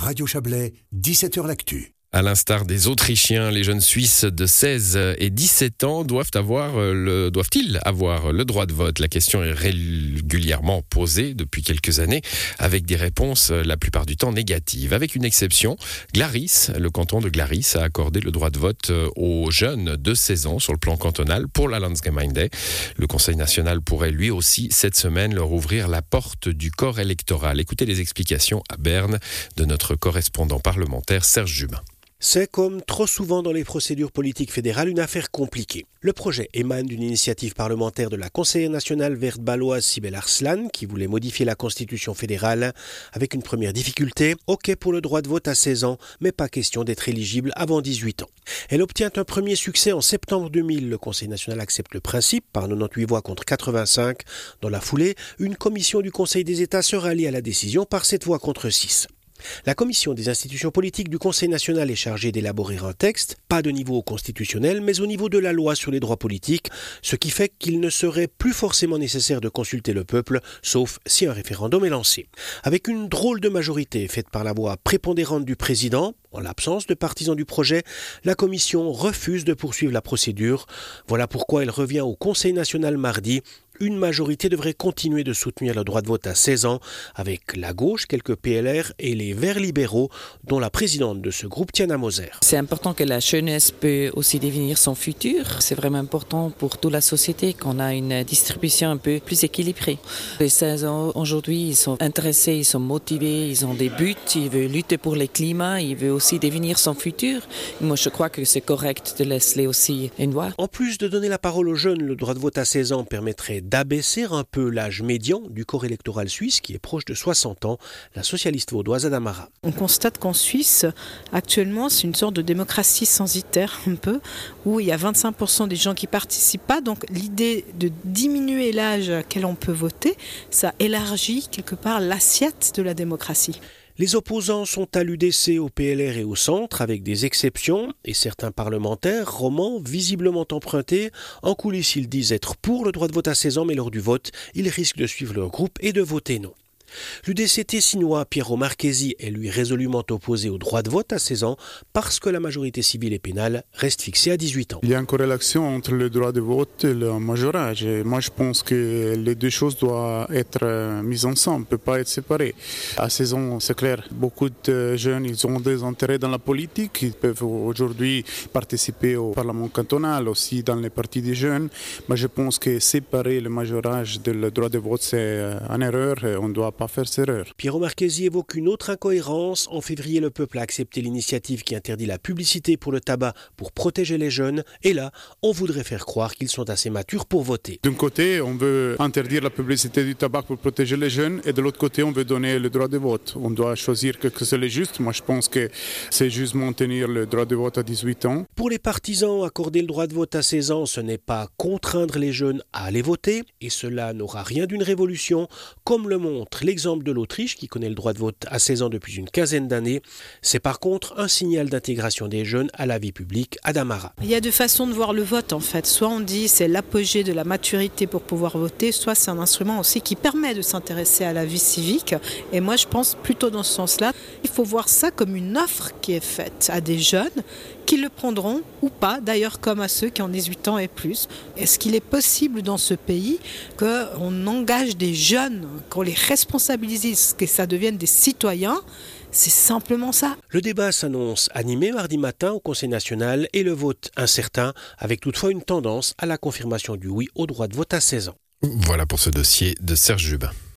Radio Chablais, 17h l'actu. À l'instar des Autrichiens, les jeunes Suisses de 16 et 17 ans doivent-ils avoir le droit de vote ? La question est régulièrement posée depuis quelques années, avec des réponses la plupart du temps négatives. Avec une exception, Glaris, le canton de Glaris a accordé le droit de vote aux jeunes de 16 ans sur le plan cantonal pour la Landsgemeinde. Le Conseil national pourrait lui aussi, cette semaine, leur ouvrir la porte du corps électoral. Écoutez les explications à Berne de notre correspondant parlementaire Serge Jubin. C'est comme trop souvent dans les procédures politiques fédérales une affaire compliquée. Le projet émane d'une initiative parlementaire de la conseillère nationale verte bâloise Sibel Arslan qui voulait modifier la constitution fédérale avec une première difficulté, OK pour le droit de vote à 16 ans, mais pas question d'être éligible avant 18 ans. Elle obtient un premier succès en septembre 2000. Le Conseil national accepte le principe par 98 voix contre 85. Dans la foulée, une commission du Conseil des États se rallie à la décision par 7 voix contre 6. La commission des institutions politiques du Conseil national est chargée d'élaborer un texte, pas de niveau constitutionnel, mais au niveau de la loi sur les droits politiques, ce qui fait qu'il ne serait plus forcément nécessaire de consulter le peuple, sauf si un référendum est lancé. Avec une drôle de majorité faite par la voix prépondérante du président, en l'absence de partisans du projet, la commission refuse de poursuivre la procédure. Voilà pourquoi elle revient au Conseil national mardi. Une majorité devrait continuer de soutenir le droit de vote à 16 ans, avec la gauche, quelques PLR et les Verts libéraux, dont la présidente de ce groupe, Tiana Moser. C'est important que la jeunesse peut aussi définir son futur. C'est vraiment important pour toute la société qu'on a une distribution un peu plus équilibrée. Les 16 ans, aujourd'hui, ils sont intéressés, ils sont motivés, ils ont des buts, ils veulent lutter pour le climat, ils veulent aussi définir son futur. Moi, je crois que c'est correct de laisser aussi une voix. En plus de donner la parole aux jeunes, le droit de vote à 16 ans permettrait d'abaisser un peu l'âge médian du corps électoral suisse qui est proche de 60 ans, la socialiste vaudoise Adamara. On constate qu'en Suisse, actuellement, c'est une sorte de démocratie censitaire un peu, où il y a 25% des gens qui ne participent pas. Donc l'idée de diminuer l'âge à quel on peut voter, ça élargit quelque part l'assiette de la démocratie. Les opposants sont à l'UDC, au PLR et au centre, avec des exceptions, et certains parlementaires, romans, visiblement empruntés. En coulisses, ils disent être pour le droit de vote à 16 ans, mais lors du vote, ils risquent de suivre leur groupe et de voter non. L'UDC tessinois Piero Marchesi est lui résolument opposé au droit de vote à 16 ans parce que la majorité civile et pénale reste fixée à 18 ans. Il y a une corrélation entre le droit de vote et le majorage. Et moi, je pense que les deux choses doivent être mises ensemble, ne peuvent pas être séparées. À 16 ans, c'est clair, beaucoup de jeunes ils ont des intérêts dans la politique. Ils peuvent aujourd'hui participer au Parlement cantonal, aussi dans les partis des jeunes. Mais je pense que séparer le majorage du droit de vote, c'est une erreur et on doit pas faire cette erreur. Piero Marchesi évoque une autre incohérence. En février, le peuple a accepté l'initiative qui interdit la publicité pour le tabac pour protéger les jeunes. Et là, on voudrait faire croire qu'ils sont assez matures pour voter. D'un côté, on veut interdire la publicité du tabac pour protéger les jeunes et de l'autre côté, on veut donner le droit de vote. On doit choisir que c'est le juste. Moi, je pense que c'est juste maintenir le droit de vote à 18 ans. Pour les partisans, accorder le droit de vote à 16 ans, ce n'est pas contraindre les jeunes à aller voter. Et cela n'aura rien d'une révolution, comme le montre l'exemple de l'Autriche qui connaît le droit de vote à 16 ans depuis une quinzaine d'années. C'est par contre un signal d'intégration des jeunes à la vie publique à Damara. Il y a deux façons de voir le vote en fait. Soit on dit c'est l'apogée de la maturité pour pouvoir voter, soit c'est un instrument aussi qui permet de s'intéresser à la vie civique. Et moi je pense plutôt dans ce sens-là. Il faut voir ça comme une offre qui est faite à des jeunes qui le prendront ou pas, d'ailleurs comme à ceux qui ont 18 ans et plus. Est-ce qu'il est possible dans ce pays qu'on engage des jeunes, qu'on les responsabilise, que ça devienne des citoyens ? C'est simplement ça. Le débat s'annonce animé mardi matin au Conseil national et le vote incertain, avec toutefois une tendance à la confirmation du oui au droit de vote à 16 ans. Voilà pour ce dossier de Serge Jubin.